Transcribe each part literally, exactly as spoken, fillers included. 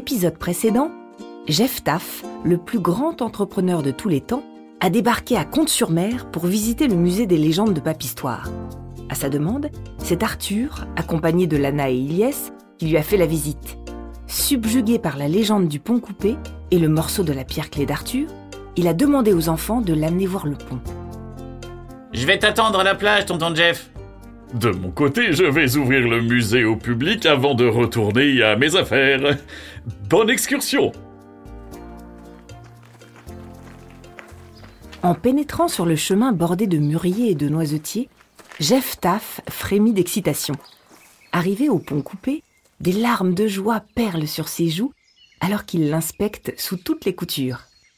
l'épisode précédent, Jeff Taff, le plus grand entrepreneur de tous les temps, a débarqué à Comtes-sur-Mer pour visiter le musée des légendes de Papistoire. À sa demande, c'est Arthur, accompagné de Lana et Ilyes, qui lui a fait la visite. Subjugué par la légende du pont coupé et le morceau de la pierre-clé d'Arthur, il a demandé aux enfants de l'amener voir le pont. Je vais t'attendre à la plage, tonton Jeff. De mon côté, je vais ouvrir le musée au public avant de retourner à mes affaires. Bonne excursion! En pénétrant sur le chemin bordé de mûriers et de noisetiers, Jeff Taff frémit d'excitation. Arrivé au pont coupé, des larmes de joie perlent sur ses joues alors qu'il l'inspecte sous toutes les coutures.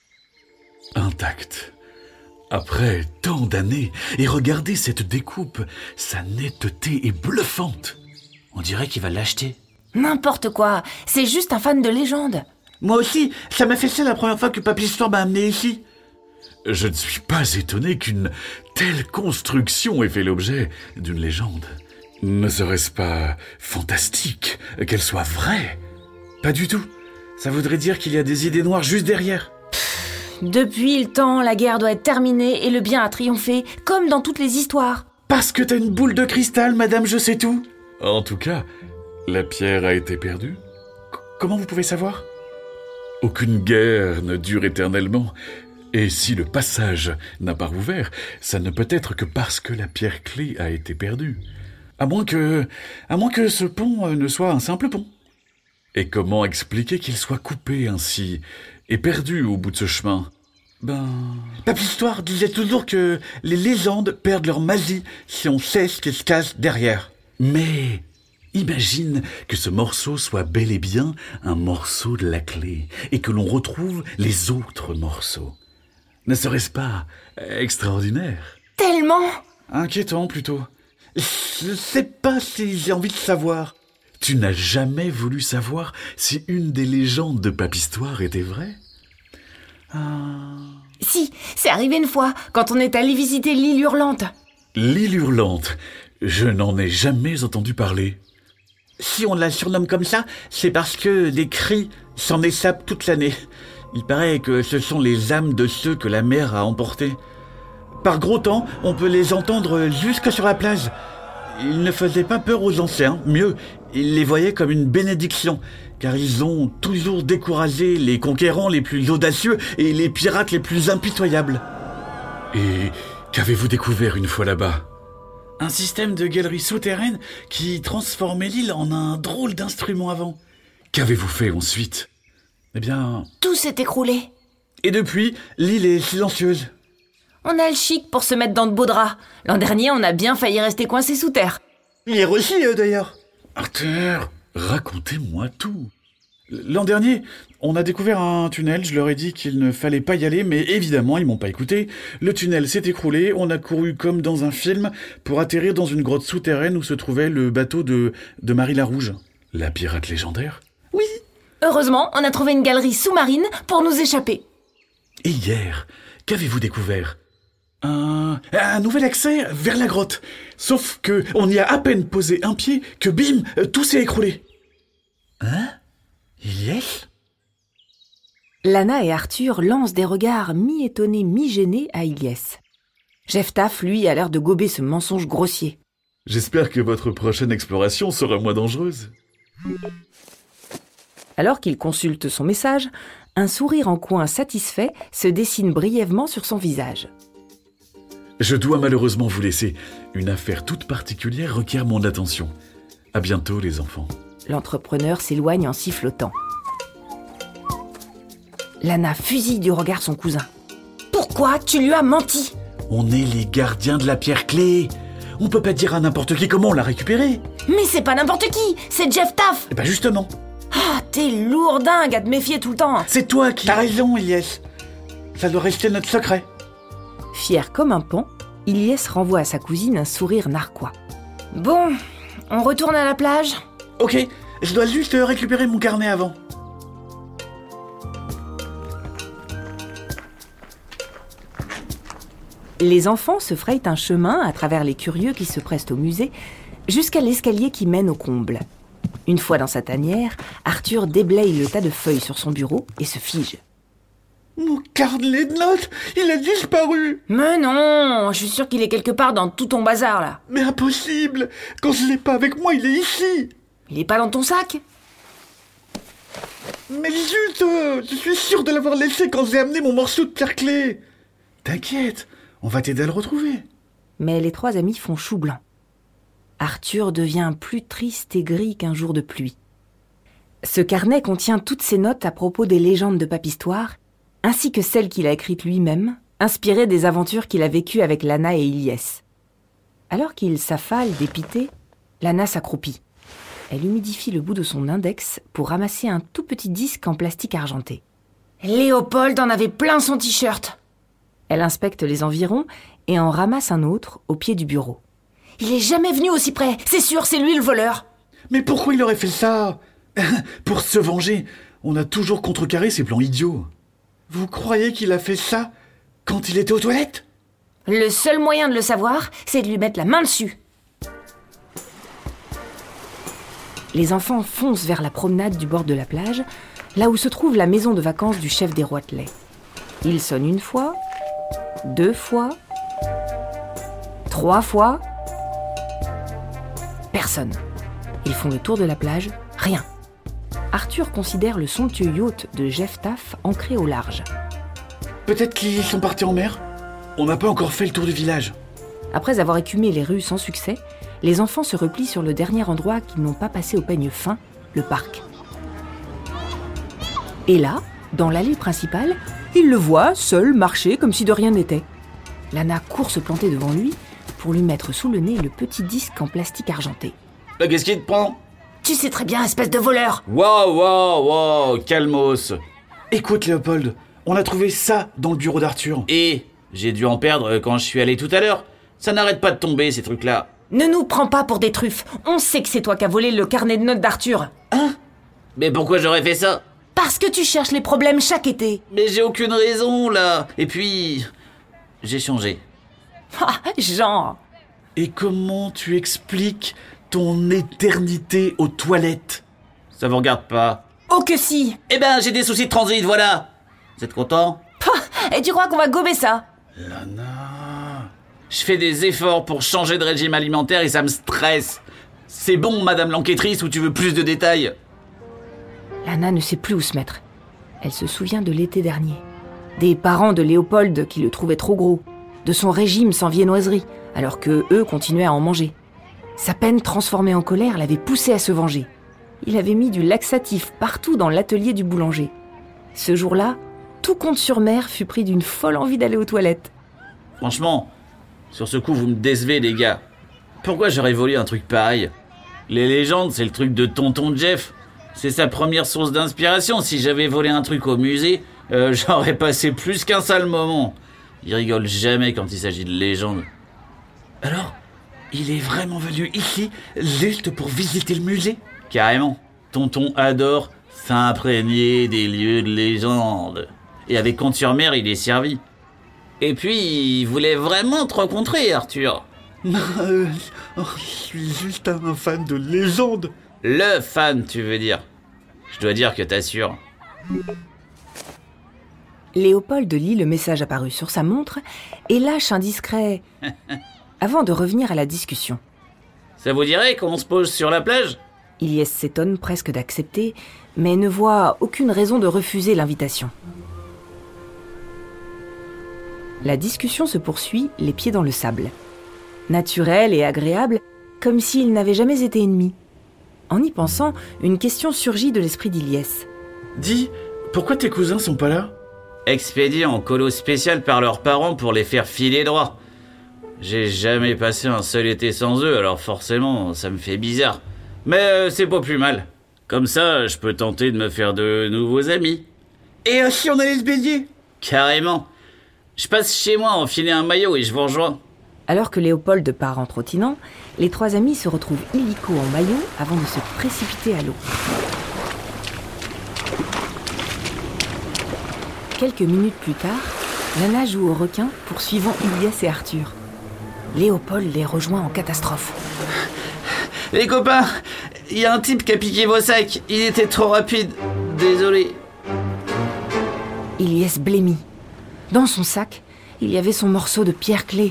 Intact. Après tant d'années, et regardez cette découpe, sa netteté est bluffante. On dirait qu'il va l'acheter. N'importe quoi, c'est juste un fan de légende. Moi aussi, ça m'a fait ça la première fois que Papistoire m'a amené ici. Je ne suis pas étonné qu'une telle construction ait fait l'objet d'une légende. Ne serait-ce pas fantastique qu'elle soit vraie? Pas du tout. Ça voudrait dire qu'il y a des idées noires juste derrière. Depuis le temps, la guerre doit être terminée et le bien a triomphé, comme dans toutes les histoires. Parce que t'as une boule de cristal, madame, je sais tout. En tout cas, la pierre a été perdue. C- comment vous pouvez savoir? Aucune guerre ne dure éternellement. Et si le passage n'a pas rouvert, ça ne peut être que parce que la pierre-clé a été perdue. À moins que... à moins que ce pont ne soit un simple pont. Et comment expliquer qu'il soit coupé ainsi et perdu au bout de ce chemin? Ben... Papistoire disait toujours que les légendes perdent leur magie si on sait ce qui se cache derrière. Mais imagine que ce morceau soit bel et bien un morceau de la clé et que l'on retrouve les autres morceaux. Ne serait-ce pas extraordinaire? Tellement! Inquiétant plutôt. Je sais pas si j'ai envie de savoir. Tu n'as jamais voulu savoir si une des légendes de Papistoire était vraie? Ah... Si, c'est arrivé une fois, quand on est allé visiter l'île Hurlante. L'île Hurlante, je n'en ai jamais entendu parler. Si on la surnomme comme ça, c'est parce que des cris s'en échappent toute l'année. Il paraît que ce sont les âmes de ceux que la mer a emportés. Par gros temps, on peut les entendre jusque sur la plage. Ils ne faisaient pas peur aux anciens, mieux, ils les voyaient comme une bénédiction, car ils ont toujours découragé les conquérants les plus audacieux et les pirates les plus impitoyables. Et qu'avez-vous découvert une fois là-bas? Un système de galeries souterraines qui transformait l'île en un drôle d'instrument avant. Qu'avez-vous fait ensuite? Eh bien... Tout s'est écroulé. Et depuis, l'île est silencieuse. On a le chic pour se mettre dans de beaux draps. L'an dernier, on a bien failli rester coincé sous terre. Hier aussi, eux, d'ailleurs. Arthur, racontez-moi tout. L'an dernier, on a découvert un tunnel, je leur ai dit qu'il ne fallait pas y aller, mais évidemment, ils m'ont pas écouté. Le tunnel s'est écroulé, on a couru comme dans un film pour atterrir dans une grotte souterraine où se trouvait le bateau de, de Marie la Rouge. La pirate légendaire? Oui. Heureusement, on a trouvé une galerie sous-marine pour nous échapper. Et hier, qu'avez-vous découvert? Un, un nouvel accès vers la grotte. Sauf que on y a à peine posé un pied que bim, tout s'est écroulé. Hein? Yes? Lana et Arthur lancent des regards mi-étonnés, mi-gênés à Ilyes. Jeff Taff, lui, a l'air de gober ce mensonge grossier. J'espère que votre prochaine exploration sera moins dangereuse. Alors qu'il consulte son message, un sourire en coin satisfait se dessine brièvement sur son visage. Je dois malheureusement vous laisser. Une affaire toute particulière requiert mon attention. À bientôt, les enfants. L'entrepreneur s'éloigne en sifflotant. Lana fusille du regard son cousin. Pourquoi tu lui as menti? On est les gardiens de la pierre-clé. On peut pas dire à n'importe qui comment on l'a récupérée. Mais c'est pas n'importe qui, c'est Jeff Taff. Eh ben justement. Ah, t'es lourdingue à te méfier tout le temps. C'est toi qui... T'as raison, Ilyes. Ça doit rester notre secret. Fier comme un paon, Ilyes renvoie à sa cousine un sourire narquois. Bon, on retourne à la plage? Ok, je dois juste récupérer mon carnet avant. Les enfants se frayent un chemin à travers les curieux qui se pressent au musée, jusqu'à l'escalier qui mène au comble. Une fois dans sa tanière, Arthur déblaye le tas de feuilles sur son bureau et se fige. Mon carnet de notes, il a disparu. Mais non, je suis sûr qu'il est quelque part dans tout ton bazar, là. Mais impossible. Quand je l'ai pas avec moi, il est ici. Il est pas dans ton sac? Mais zut, euh, je suis sûr de l'avoir laissé quand j'ai amené mon morceau de pierre-clé. T'inquiète, on va t'aider à le retrouver. Mais les trois amis font chou blanc. Arthur devient plus triste et gris qu'un jour de pluie. Ce carnet contient toutes ses notes à propos des légendes de Papistoire, ainsi que celles qu'il a écrites lui-même, inspirées des aventures qu'il a vécues avec Lana et Ilyes. Alors qu'il s'affale, dépité, Lana s'accroupit. Elle humidifie le bout de son index pour ramasser un tout petit disque en plastique argenté. Léopold en avait plein son t-shirt. Elle inspecte les environs et en ramasse un autre au pied du bureau. Il est jamais venu aussi près, c'est sûr, c'est lui le voleur. Mais pourquoi il aurait fait ça? Pour se venger. On a toujours contrecarré ses plans idiots. Vous croyez qu'il a fait ça quand il était aux toilettes? Le seul moyen de le savoir, c'est de lui mettre la main dessus. Les enfants foncent vers la promenade du bord de la plage, là où se trouve la maison de vacances du chef des Roitelets. Ils sonnent une fois, deux fois, trois fois. Personne. Ils font le tour de la plage, rien. Arthur considère le somptueux yacht de Jeff Taff ancré au large. Peut-être qu'ils sont partis en mer? On n'a pas encore fait le tour du village. Après avoir écumé les rues sans succès, les enfants se replient sur le dernier endroit qu'ils n'ont pas passé au peigne fin, le parc. Et là, dans l'allée principale, ils le voient seul marcher comme si de rien n'était. Lana court se planter devant lui pour lui mettre sous le nez le petit disque en plastique argenté. Bah, qu'est-ce qui te prend? Tu sais très bien, espèce de voleur! Wow, wow, wow, calmos. Écoute, Léopold, on a trouvé ça dans le bureau d'Arthur. Et j'ai dû en perdre quand je suis allé tout à l'heure. Ça n'arrête pas de tomber, ces trucs-là. Ne nous prends pas pour des truffes. On sait que c'est toi qui as volé le carnet de notes d'Arthur. Hein? Mais pourquoi j'aurais fait ça? Parce que tu cherches les problèmes chaque été. Mais j'ai aucune raison, là. Et puis... j'ai changé. Ah, genre. Et comment tu expliques ton éternité aux toilettes? Ça vous regarde pas? Oh que si. Eh ben, j'ai des soucis de transit, voilà. Vous êtes content? Et tu crois qu'on va gober ça? Lana... Je fais des efforts pour changer de régime alimentaire et ça me stresse. C'est bon, madame l'enquêtrice, ou tu veux plus de détails? Lana ne sait plus où se mettre. Elle se souvient de l'été dernier. Des parents de Léopold qui le trouvaient trop gros. De son régime sans viennoiserie, alors que eux continuaient à en manger. Sa peine transformée en colère l'avait poussé à se venger. Il avait mis du laxatif partout dans l'atelier du boulanger. Ce jour-là, tout Comtes-sur-Mer fut pris d'une folle envie d'aller aux toilettes. Franchement, sur ce coup, vous me décevez, les gars. Pourquoi j'aurais volé un truc pareil? Les légendes, c'est le truc de tonton Jeff. C'est sa première source d'inspiration. Si j'avais volé un truc au musée, euh, j'aurais passé plus qu'un sale moment. Il rigole jamais quand il s'agit de légendes. Alors, il est vraiment venu ici, juste pour visiter le musée? Carrément. Tonton adore s'imprégner des lieux de légende. Et avec Comtes-sur-Mer, il est servi. Et puis, il voulait vraiment te rencontrer, Arthur. Non, euh, oh, je suis juste un fan de légende. Le fan, tu veux dire? Je dois dire que t'assures. Léopold lit le message apparu sur sa montre et lâche un discret avant de revenir à la discussion. Ça vous dirait qu'on se pose sur la plage? Ilyes s'étonne presque d'accepter, mais ne voit aucune raison de refuser l'invitation. La discussion se poursuit, les pieds dans le sable. Naturelle et agréable, comme s'ils n'avaient jamais été ennemis. En y pensant, une question surgit de l'esprit d'Ilyes. Dis, pourquoi tes cousins sont pas là? Expédiés en colo spécial par leurs parents pour les faire filer droit. J'ai jamais passé un seul été sans eux, alors forcément, ça me fait bizarre. Mais euh, c'est pas plus mal. Comme ça, je peux tenter de me faire de nouveaux amis. Et euh, si on allait se baigner? Carrément. Je passe chez moi enfiler un maillot et je vous rejoins. Alors que Léopold part en trottinant, les trois amis se retrouvent illico en maillot avant de se précipiter à l'eau. Quelques minutes plus tard, Lana joue au requin poursuivant Ilyes et Arthur. Léopold les rejoint en catastrophe. Les copains, il y a un type qui a piqué vos sacs. Il était trop rapide. Désolé. Ilyes blêmit. Dans son sac, il y avait son morceau de pierre clé.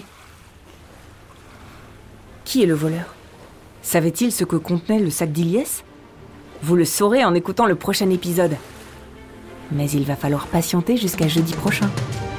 Qui est le voleur ? Savait-il ce que contenait le sac d'Ilyes ? Vous le saurez en écoutant le prochain épisode. Mais il va falloir patienter jusqu'à jeudi prochain.